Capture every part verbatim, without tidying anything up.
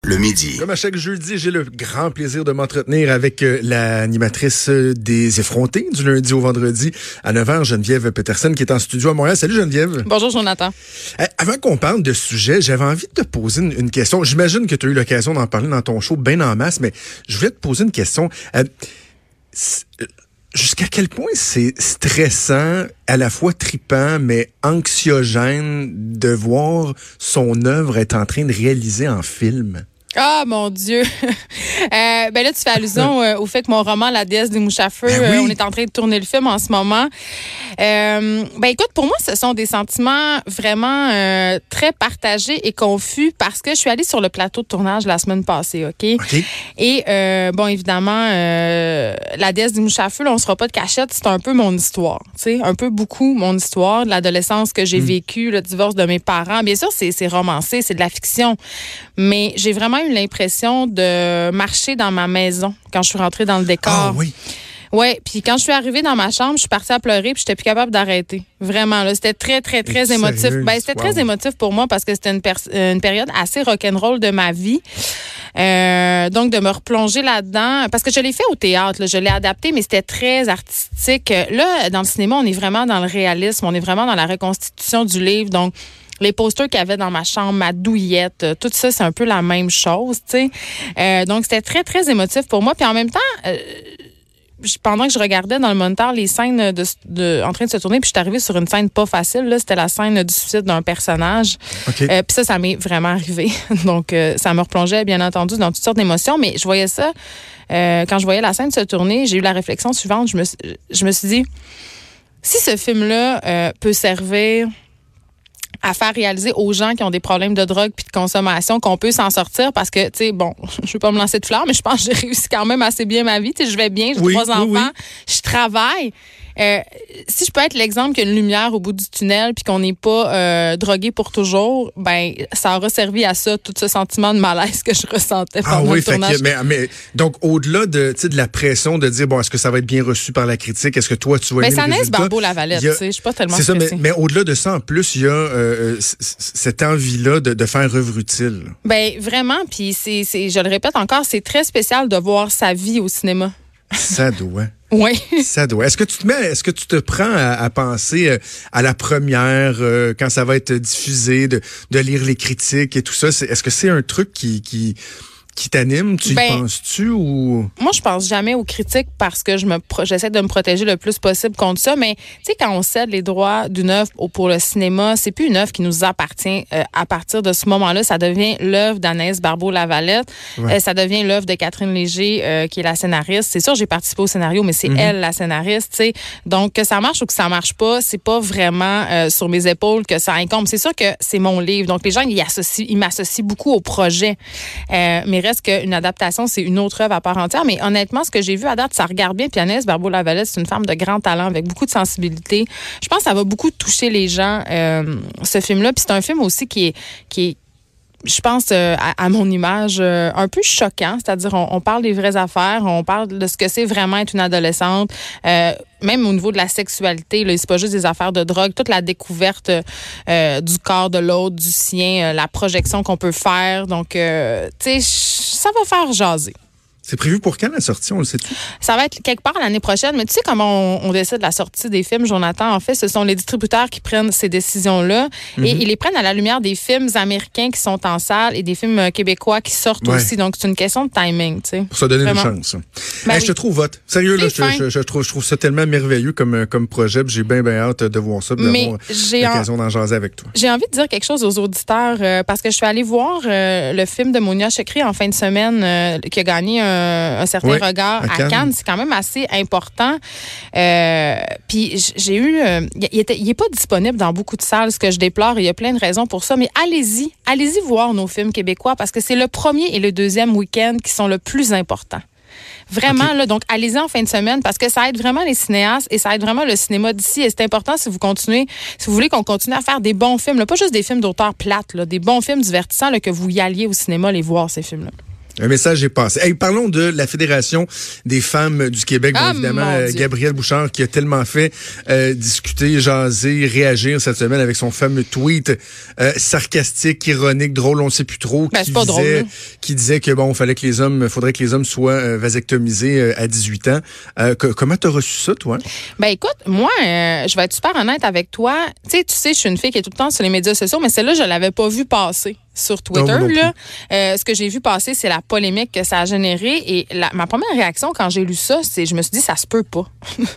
le midi. Comme à chaque jeudi, j'ai le grand plaisir de m'entretenir avec euh, l'animatrice des Effrontés du lundi au vendredi à neuf heures, Geneviève Peterson, qui est en studio à Montréal. Salut Geneviève. Bonjour Jonathan. Euh, avant qu'on parle de ce sujet, j'avais envie de te poser une, une question. J'imagine que tu as eu l'occasion d'en parler dans ton show bien en masse, mais je voulais te poser une question. Euh, Jusqu'à quel point c'est stressant, à la fois trippant, mais anxiogène de voir son œuvre être en train de réaliser en film? Ah, mon Dieu! euh, ben là, tu fais allusion euh, au fait que mon roman, La déesse des mouches à feu, ben oui. euh, on est en train de tourner le film en ce moment. Euh, ben écoute, pour moi, ce sont des sentiments vraiment euh, très partagés et confus parce que je suis allée sur le plateau de tournage la semaine passée, OK? OK. Et, euh, bon, évidemment, euh, La déesse des mouches à feu, là, on se fera pas de cachette, c'est un peu mon histoire, tu sais, un peu beaucoup mon histoire, de l'adolescence que j'ai mm. vécue, le divorce de mes parents. Bien sûr, c'est, c'est romancé, c'est de la fiction, mais j'ai vraiment eu l'impression de marcher dans ma maison quand je suis rentrée dans le décor. Ah oui. Ouais, puis quand je suis arrivée dans ma chambre, je suis partie à pleurer puis j'étais plus capable d'arrêter. Vraiment là, c'était très très très Et émotif. sérieux? Ben c'était Wow. très émotif pour moi parce que c'était une pers- une période assez rock'n'roll de ma vie. Euh, donc de me replonger là-dedans parce que je l'ai fait au théâtre, là, je l'ai adapté mais c'était très artistique. Là, dans le cinéma, on est vraiment dans le réalisme, on est vraiment dans la reconstitution du livre. Donc les posters qu'il y avait dans ma chambre, ma douillette, tout ça, c'est un peu la même chose, tu sais. Euh, donc, c'était très, très émotif pour moi. Puis en même temps, euh, pendant que je regardais dans le moniteur les scènes de, de, en train de se tourner, puis je suis arrivée sur une scène pas facile, là, c'était la scène du suicide d'un personnage. Okay. Euh, puis ça, ça m'est vraiment arrivé. Donc, euh, ça me replongeait, bien entendu, dans toutes sortes d'émotions. Mais je voyais ça, euh, quand je voyais la scène se tourner, j'ai eu la réflexion suivante. Je me, je me suis dit, si ce film-là euh, peut servir à faire réaliser aux gens qui ont des problèmes de drogue puis de consommation qu'on peut s'en sortir parce que, tu sais, bon, je veux pas me lancer de fleurs, mais je pense que j'ai réussi quand même assez bien ma vie. Tu sais, je vais bien, j'ai oui, trois enfants, oui, oui. je travaille. Euh, si je peux être l'exemple qu'il y a une lumière au bout du tunnel puis qu'on n'est pas euh, drogué pour toujours, ben ça aura servi à ça, tout ce sentiment de malaise que je ressentais pendant ah oui, le tournage. Que, mais, mais donc au-delà de, de la pression de dire bon, est-ce que ça va être bien reçu par la critique, est-ce que toi tu vas ben, aimer ça le naisse résultat? Barbeau-Lavalette, tu sais, je suis pas tellement c'est ça, stressée. mais, mais au-delà de ça, en plus, il y a euh, c- c- cette envie-là de, de faire œuvre utile. Ben vraiment, puis c'est, c'est, je le répète encore, c'est très spécial de voir sa vie au cinéma. Ça doit. Oui. Ça doit. Est-ce que tu te mets, est-ce que tu te prends à, à penser euh, à la première, euh, quand ça va être diffusé, de, de lire les critiques et tout ça? C'est, est-ce que c'est un truc qui, qui, qui t'anime? Tu y Ben, penses-tu ou? Moi, je pense jamais aux critiques parce que je me pro- j'essaie de me protéger le plus possible contre ça. Mais tu sais, quand on cède les droits d'une œuvre pour le cinéma, c'est plus une œuvre qui nous appartient. Euh, à partir de ce moment-là, ça devient l'œuvre d'Anaïs Barbeau-Lavalette. Ouais. Euh, ça devient l'œuvre de Catherine Léger, euh, qui est la scénariste. C'est sûr, j'ai participé au scénario, mais c'est Mm-hmm. elle la scénariste. Tu sais, donc que ça marche ou que ça marche pas, c'est pas vraiment euh, sur mes épaules que ça incombe. C'est sûr que c'est mon livre. Donc les gens ils associent, ils m'associent beaucoup au projet. Euh, mais reste qu'une adaptation, c'est une autre œuvre à part entière. Mais honnêtement, ce que j'ai vu à date, ça regarde bien. Puis Anaïs Barbeau-Lavalette, c'est une femme de grand talent avec beaucoup de sensibilité. Je pense que ça va beaucoup toucher les gens, euh, ce film-là. Puis c'est un film aussi qui est, qui est je pense, euh, à, à mon image, euh, un peu choquant. C'est-à-dire, on, on parle des vraies affaires, on parle de ce que c'est vraiment être une adolescente. Euh, même au niveau de la sexualité, là, c'est pas juste des affaires de drogue. Toute la découverte euh, du corps de l'autre, du sien, euh, la projection qu'on peut faire. Donc, euh, tu sais, ça va faire jaser. C'est prévu pour quand la sortie, on le sait-tu? Ça va être quelque part l'année prochaine, mais tu sais comment on, on décide de la sortie des films, Jonathan? En fait, ce sont les distributeurs qui prennent ces décisions-là mm-hmm. et ils les prennent à la lumière des films américains qui sont en salle et des films québécois qui sortent ouais. aussi. Donc, c'est une question de timing, tu sais. Pour se donner Vraiment. une chance. Ben hey, oui. Je te trouve vote. Sérieux, là, je, je, je, je, trouve, je trouve ça tellement merveilleux comme, comme projet. J'ai bien, bien hâte de voir ça, d'avoir l'occasion en... d'en jaser avec toi. J'ai envie de dire quelque chose aux auditeurs euh, parce que je suis allée voir euh, le film de Monia Chokri en fin de semaine euh, qui a gagné un, un certain oui. regard à Cannes. Cannes. C'est quand même assez important. Euh, puis j'ai eu... Euh, il, était, il est pas disponible dans beaucoup de salles, ce que je déplore. Il y a plein de raisons pour ça. Mais allez-y. Allez-y voir nos films québécois parce que c'est le premier et le deuxième week-end qui sont le plus importants. Vraiment, okay. là, donc allez-y en fin de semaine parce que ça aide vraiment les cinéastes et ça aide vraiment le cinéma d'ici. Et c'est important si vous continuez, si vous voulez qu'on continue à faire des bons films, là, pas juste des films d'auteur plates, là, des bons films divertissants, là, que vous y alliez au cinéma les voir, ces films-là. Un message est passé. Hey, parlons de la Fédération des femmes du Québec. Bon, ah, évidemment, euh, Gabrielle Bouchard qui a tellement fait euh, discuter, jaser, réagir cette semaine avec son fameux tweet euh, sarcastique, ironique, drôle, on ne sait plus trop, ben, qui, pas disait, drôle, qui disait que bon, fallait que les hommes, faudrait que les hommes soient euh, vasectomisés euh, à dix-huit ans. Euh, que, comment t'as reçu ça, toi? Ben écoute, moi, euh, je vais être super honnête avec toi. Tu sais, tu sais, je suis une fille qui est tout le temps sur les médias sociaux, mais celle-là, je l'avais pas vue passer sur Twitter. Non, là. Euh, ce que j'ai vu passer, c'est la polémique que ça a généré. Et la, ma première réaction quand j'ai lu ça, c'est je me suis dit, ça se peut pas.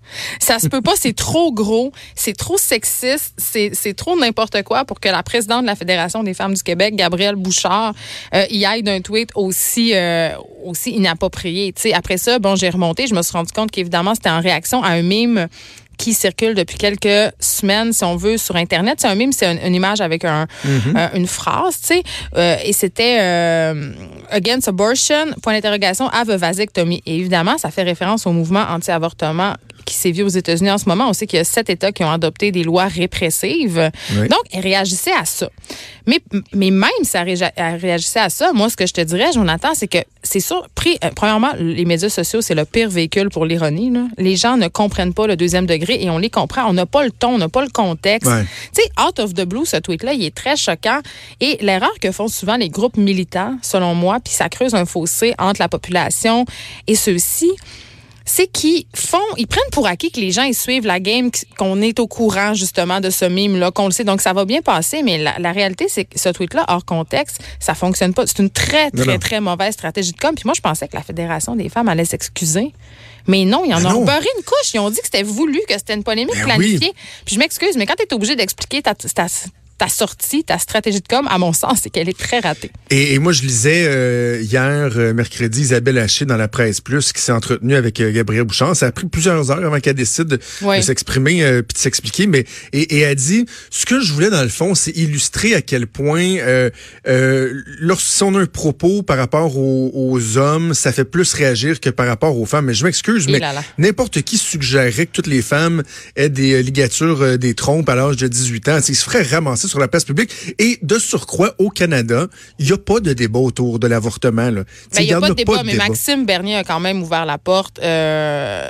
ça se peut pas, c'est trop gros, c'est trop sexiste, c'est, c'est trop n'importe quoi pour que la présidente de la Fédération des femmes du Québec, Gabrielle Bouchard, euh, y aille d'un tweet aussi, euh, aussi inapproprié. T'sais, après ça, bon, j'ai remonté, je me suis rendu compte qu'évidemment, c'était en réaction à un mime qui circule depuis quelques semaines, si on veut, sur Internet. C'est un mime, c'est une, une image avec un, mm-hmm. euh, une phrase, tu sais. Euh, et c'était euh, « Against abortion, point d'interrogation, have a vasectomy ». Et évidemment, ça fait référence au mouvement anti-avortement qui sévit aux États-Unis en ce moment. On sait qu'il y a sept États qui ont adopté des lois répressives. Oui. Donc, elle réagissait à ça. Mais, mais même si elle réagissait à ça, moi, ce que je te dirais, Jonathan, c'est que c'est sûr, pris, euh, premièrement, les médias sociaux, c'est le pire véhicule pour l'ironie. Là. Les gens ne comprennent pas le deuxième degré et on les comprend. On n'a pas le ton, on n'a pas le contexte. Ouais. Tu sais, out of the blue, ce tweet-là, il est très choquant. Et l'erreur que font souvent les groupes militants, selon moi, puis ça creuse un fossé entre la population et ceux-ci, c'est qu'ils font, ils prennent pour acquis que les gens ils suivent la game, qu'on est au courant justement de ce mime-là, qu'on le sait, donc ça va bien passer, mais la, la réalité, c'est que ce tweet-là, hors contexte, ça fonctionne pas. C'est une très, très, non, très mauvaise stratégie de com. Puis moi, je pensais que la Fédération des femmes allait s'excuser. Mais non, ils en ben ont non. beurré une couche. Ils ont dit que c'était voulu, que c'était une polémique ben planifiée. Oui. Puis je m'excuse, mais quand tu es obligé d'expliquer ta, ta ta sortie, ta stratégie de com, à mon sens, c'est qu'elle est très ratée. Et, et moi, je lisais euh, hier, euh, mercredi, Isabelle Haché dans la Presse Plus, qui s'est entretenue avec euh, Gabrielle Bouchard. Ça a pris plusieurs heures avant qu'elle décide de, oui. de s'exprimer euh, puis de s'expliquer. Mais et, et elle dit, ce que je voulais dans le fond, c'est illustrer à quel point, euh, euh, lorsqu'on a un propos par rapport aux, aux hommes, ça fait plus réagir que par rapport aux femmes. Mais je m'excuse, mais n'importe qui suggérerait que toutes les femmes aient des ligatures euh, des trompes à l'âge de dix-huit ans. Ils se feraient ramasser sur la place publique. Et de surcroît, au Canada, il n'y a pas de débat autour de l'avortement. Ben, il n'y a, a pas de débat, pas de mais débat. Maxime Bernier a quand même ouvert la porte euh,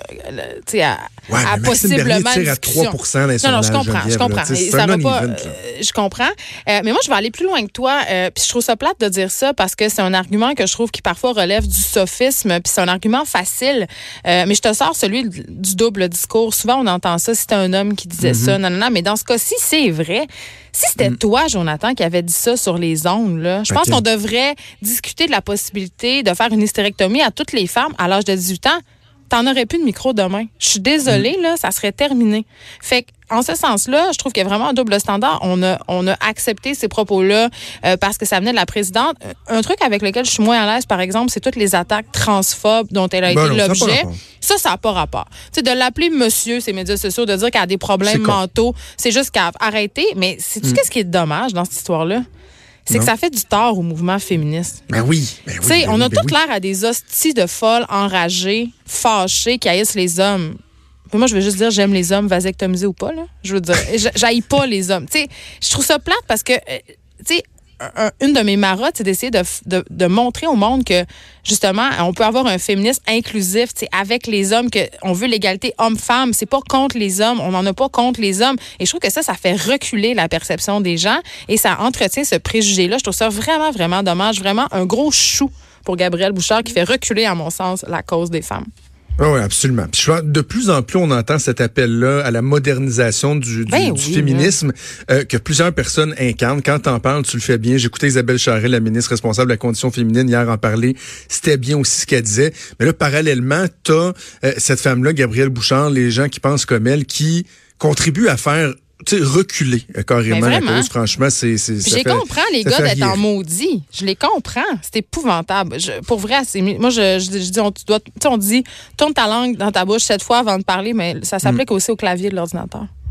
à, ouais, à possiblement Bernier tire à trois pour cent dans Non, non, je comprends, je comprends. Ça va pas, euh, je comprends. Euh, mais moi, je vais aller plus loin que toi. Euh, puis je trouve ça plate de dire ça parce que c'est un argument que je trouve qui parfois relève du sophisme. Puis c'est un argument facile. Euh, mais je te sors celui du double discours. Souvent, on entend ça. C'était un homme qui disait mm-hmm. ça. Non, non, non. Mais dans ce cas-ci, c'est vrai. Si c'était mm. toi, Jonathan, qui avait dit ça sur les ondes, là, je okay. pense qu'on devrait discuter de la possibilité de faire une hystérectomie à toutes les femmes à l'âge de dix-huit ans. T'en aurais plus de micro demain. Je suis désolée, mm. là, ça serait terminé. Fait que, en ce sens-là, je trouve qu'il y a vraiment un double standard. On a, on a accepté ces propos-là euh, parce que ça venait de la présidente. Un truc avec lequel je suis moins à l'aise, par exemple, c'est toutes les attaques transphobes dont elle a ben été non, l'objet. Ça, ça n'a pas rapport. Tu sais, de l'appeler monsieur, ces médias sociaux, de dire qu'elle a des problèmes mentaux, c'est juste qu'elle a arrêté. Mais sais-tu mm. qu'est-ce qui est dommage dans cette histoire-là? C'est non. que ça fait du tort au mouvement féministe. Ben oui. Ben oui tu sais, ben on a oui, ben toutes oui. l'air à des hosties de folles, enragées, fâchées, qui haïssent les hommes. Mais moi, je veux juste dire, j'aime les hommes vasectomisés ou pas, là. Je veux dire, j'haïs pas les hommes. Tu sais, je trouve ça plate parce que, tu sais, un, une de mes marottes, c'est d'essayer de, de, de montrer au monde que, justement, on peut avoir un féminisme inclusif, tu sais, avec les hommes, que on veut l'égalité homme-femme. C'est pas contre les hommes. On n'en a pas contre les hommes. Et je trouve que ça, ça fait reculer la perception des gens et ça entretient ce préjugé-là. Je trouve ça vraiment, vraiment dommage. Vraiment un gros chou pour Gabrielle Bouchard qui fait reculer, à mon sens, la cause des femmes. Oui, absolument. Puis je vois, de plus en plus, on entend cet appel-là à la modernisation du, du, ben du oui, féminisme euh, que plusieurs personnes incarnent. Quand t'en parles, tu le fais bien. J'écoutais Isabelle Charest, la ministre responsable de la condition féminine, hier en parler. C'était bien aussi ce qu'elle disait. Mais là, parallèlement, t'as euh, cette femme-là, Gabrielle Bouchard, les gens qui pensent comme elle, qui contribuent à faire tu sais, reculer euh, carrément la cause. Franchement, c'est... c'est je les fait, comprends, les gars, d'être en maudit. Je les comprends. C'est épouvantable. Je, pour vrai, c'est, moi, je, je, je dis, on, tu dois, tu sais, on dit, tourne ta langue dans ta bouche sept fois avant de parler, mais ça s'applique mm. aussi au clavier de l'ordinateur.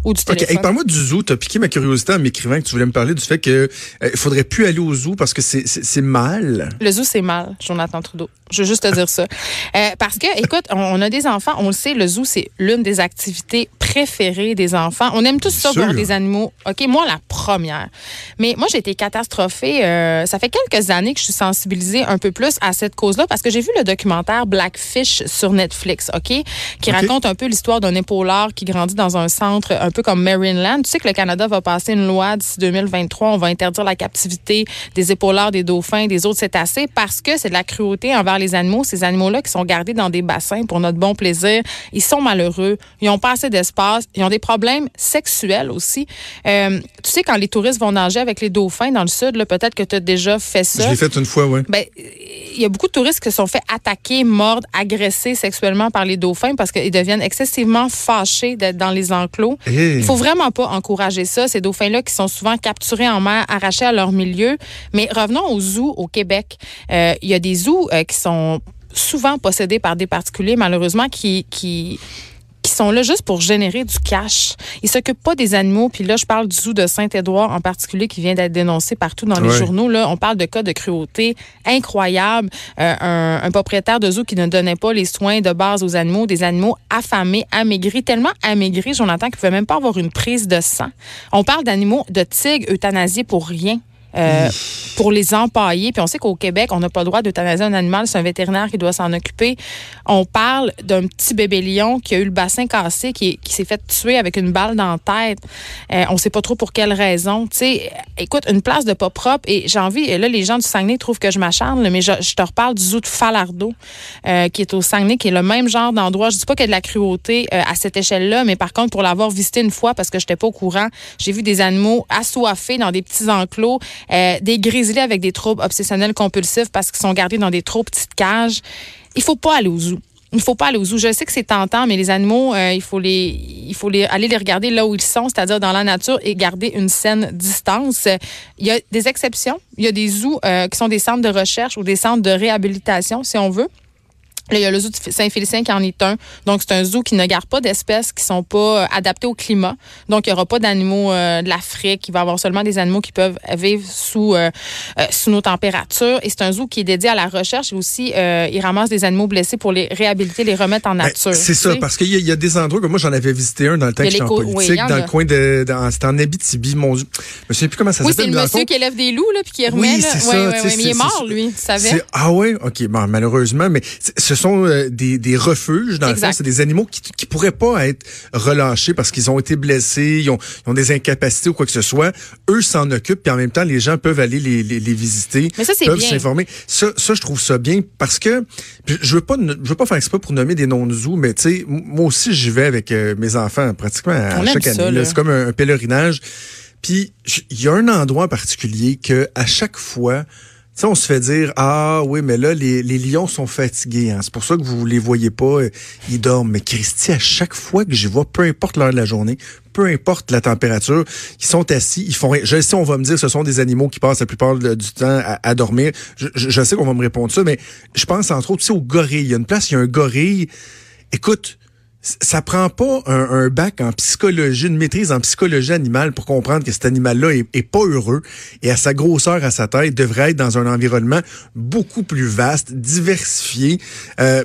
ou du téléphone. OK, hey, parle-moi du zoo. Tu as piqué ma curiosité en m'écrivant que tu voulais me parler du fait que euh, il faudrait plus aller au zoo parce que c'est, c'est, c'est mal. Le zoo, c'est mal, Jonathan Trudeau. Je veux juste te dire ça. Euh, parce que, écoute, on, on a des enfants, on le sait, le zoo, c'est l'une des activités préférées des enfants. On aime tous ça, voir des animaux. OK, moi, la première. Mais moi, j'ai été catastrophée. Euh, ça fait quelques années que je suis sensibilisée un peu plus à cette cause-là parce que j'ai vu le documentaire Blackfish sur Netflix, OK, qui okay. raconte un peu l'histoire d'un épaulard qui grandit dans un centre un peu comme Marineland. Tu sais que le Canada va passer une loi d'ici deux mille vingt-trois. On va interdire la captivité des épaulards, des dauphins, des autres cétacés parce que c'est de la cruauté envers les animaux. Ces animaux-là qui sont gardés dans des bassins pour notre bon plaisir, ils sont malheureux, ils n'ont pas assez d'espace, ils ont des problèmes sexuels aussi. Euh, tu sais, quand les touristes vont nager avec les dauphins dans le sud, là, peut-être que tu as déjà fait ça. Je l'ai fait une fois, oui. Ben, il y a beaucoup de touristes qui se sont fait attaquer, mordre, agresser sexuellement par les dauphins parce qu'ils deviennent excessivement fâchés d'être dans les enclos. Hey. Il faut vraiment pas encourager ça. Ces dauphins-là qui sont souvent capturés en mer, arrachés à leur milieu. Mais revenons aux zoos au Québec. Euh, il y a des zoos euh, qui sont souvent possédés par des particuliers, malheureusement, qui... qui qui sont là juste pour générer du cash. Ils s'occupent pas des animaux. Puis là, je parle du zoo de Saint-Édouard en particulier qui vient d'être dénoncé partout dans les ouais. journaux. Là, on parle de cas de cruauté incroyables. Euh, un, un propriétaire de zoo qui ne donnait pas les soins de base aux animaux, des animaux affamés, amaigris, tellement amaigris, Jonathan, qu'ils ne pouvaient même pas avoir une prise de sang. On parle d'animaux, de tigres euthanasiés pour rien. Euh, pour les empailler. Puis on sait qu'au Québec, on n'a pas le droit d'euthanasier un animal. C'est un vétérinaire qui doit s'en occuper. On parle d'un petit bébé lion qui a eu le bassin cassé, qui, qui s'est fait tuer avec une balle dans la tête. Euh, on ne sait pas trop pour quelle raison. Tu sais, écoute, une place de pas propre. Et j'ai envie, et là, les gens du Saguenay trouvent que je m'acharne, mais je, je te reparle du zoo de Falardeau, euh, qui est au Saguenay, qui est le même genre d'endroit. Je dis pas qu'il y a de la cruauté euh, à cette échelle-là, mais par contre, pour l'avoir visité une fois, parce que je n'étais pas au courant, j'ai vu des animaux assoiffés dans des petits enclos. Euh, des grizzlies avec des troubles obsessionnels compulsifs parce qu'ils sont gardés dans des trop petites cages. Il faut pas aller au zoo. Il faut pas aller au zoo. Je sais que c'est tentant, mais les animaux, euh, il faut les, il faut les aller les regarder là où ils sont, c'est-à-dire dans la nature et garder une saine distance. Il y a des exceptions. Il y a des zoos euh, qui sont des centres de recherche ou des centres de réhabilitation, si on veut. Là, il y a le zoo de Saint-Félicien qui en est un. Donc, c'est un zoo qui ne garde pas d'espèces qui sont pas euh, adaptées au climat. Donc, il n'y aura pas d'animaux euh, de l'Afrique. Il va y avoir seulement des animaux qui peuvent vivre sous euh, euh, sous nos températures. Et c'est un zoo qui est dédié à la recherche. Et aussi, euh, il ramasse des animaux blessés pour les réhabiliter, les remettre en nature. Ben, c'est ça, sais? Parce qu'il y, y a des endroits, comme moi, j'en avais visité un dans le temps que j'étais en politique, oui, dans le coin de... Dans, c'était en Abitibi, mon Dieu. Je me souviens plus comment ça oui, s'appelle. Oui, c'est le monsieur qui élève des loups, là, puis qui remet. Oui, c'est là. ça. Ouais, ouais, ouais, mais il est mort, lui, tu savais. Ah oui? OK, bon, malheureusement, mais ce sont euh, des, des refuges, dans exact. Le fond. C'est des animaux qui qui pourraient pas être relâchés parce qu'ils ont été blessés, ils ont, ils ont des incapacités ou quoi que ce soit. Eux s'en occupent, puis en même temps, les gens peuvent aller les, les, les visiter, mais ça, c'est peuvent bien. S'informer. Ça, ça, je trouve ça bien parce que je veux pas, je veux pas faire exprès pour nommer des noms de zoos, mais tu sais, moi aussi, j'y vais avec euh, mes enfants pratiquement à, à chaque année. Ça, là. C'est comme un, un pèlerinage. Puis il y a un endroit en particulier que à chaque fois, tu sais, on se fait dire, ah oui, mais là, les, les lions sont fatigués. Hein. C'est pour ça que vous les voyez pas, ils dorment. Mais Christy, à chaque fois que j'y vois, peu importe l'heure de la journée, peu importe la température, ils sont assis, ils font rien. Je sais, on va me dire, ce sont des animaux qui passent la plupart du temps à, à dormir. Je, je, je sais qu'on va me répondre ça, mais je pense entre autres, tu sais, au gorille. Il y a une place, il y a un gorille. Écoute, ça prend pas un, un bac en psychologie, une maîtrise en psychologie animale pour comprendre que cet animal-là est, est pas heureux et à sa grosseur, à sa taille, devrait être dans un environnement beaucoup plus vaste, diversifié, euh,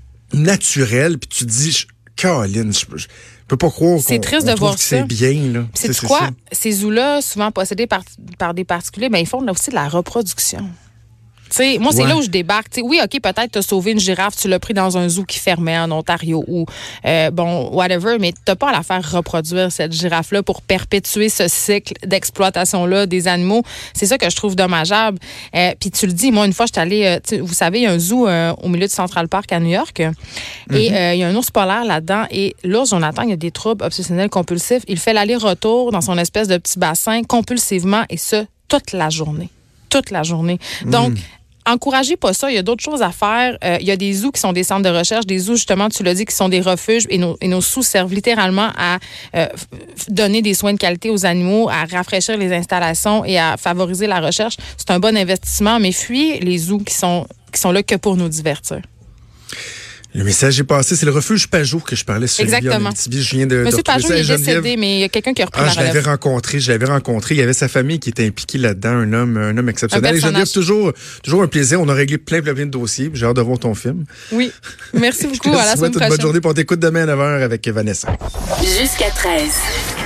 naturel. Puis tu te dis, Caroline, je, je peux pas croire c'est qu'on, triste on de voir que ça. C'est bien. Là. C'est, c'est quoi? Ça. Ces zoos-là, souvent possédés par, par des particuliers, ben, ils font là aussi de la reproduction. T'sais, moi, c'est ouais. là où je débarque. T'sais, oui, OK, peut-être t'as sauvé une girafe, tu l'as pris dans un zoo qui fermait en Ontario ou, euh, bon, whatever, mais t'as pas à la faire reproduire, cette girafe-là, pour perpétuer ce cycle d'exploitation-là des animaux. C'est ça que je trouve dommageable. Euh, Puis tu le dis, moi, une fois, j'étais allée, euh, vous savez, il y a un zoo euh, au milieu du Central Park à New York, mm-hmm. et euh, il y a un ours polaire là-dedans, et l'ours, on attend, il y a des troubles obsessionnels compulsifs. Il fait l'aller-retour dans son espèce de petit bassin compulsivement, et ça, toute la journée. Toute la journée. Donc, mm. encouragez pas ça. Il y a d'autres choses à faire. Euh, il y a des zoos qui sont des centres de recherche, des zoos, justement, tu l'as dit, qui sont des refuges, et nos, et nos zoos servent littéralement à euh, donner des soins de qualité aux animaux, à rafraîchir les installations et à favoriser la recherche. C'est un bon investissement, mais fuyez les zoos qui sont, qui sont là que pour nous divertir. Le message est passé. C'est le refuge Pajot que je parlais sur Exactement. Je viens de, Monsieur de Pajot, il est Geneviève. décédé, mais il y a quelqu'un qui a repris Ah, la je relève. l'avais rencontré, je l'avais rencontré. Il y avait sa famille qui était impliquée là-dedans, un homme, un homme exceptionnel. Un Et Geneviève, personnage. toujours, toujours un plaisir. On a réglé plein, plein, plein de dossiers. J'ai hâte de voir ton film. Oui. Merci beaucoup. Je te À la semaine souhaite une prochaine. bonne journée. On t'écoute demain à neuf heures avec Vanessa. Jusqu'à treize.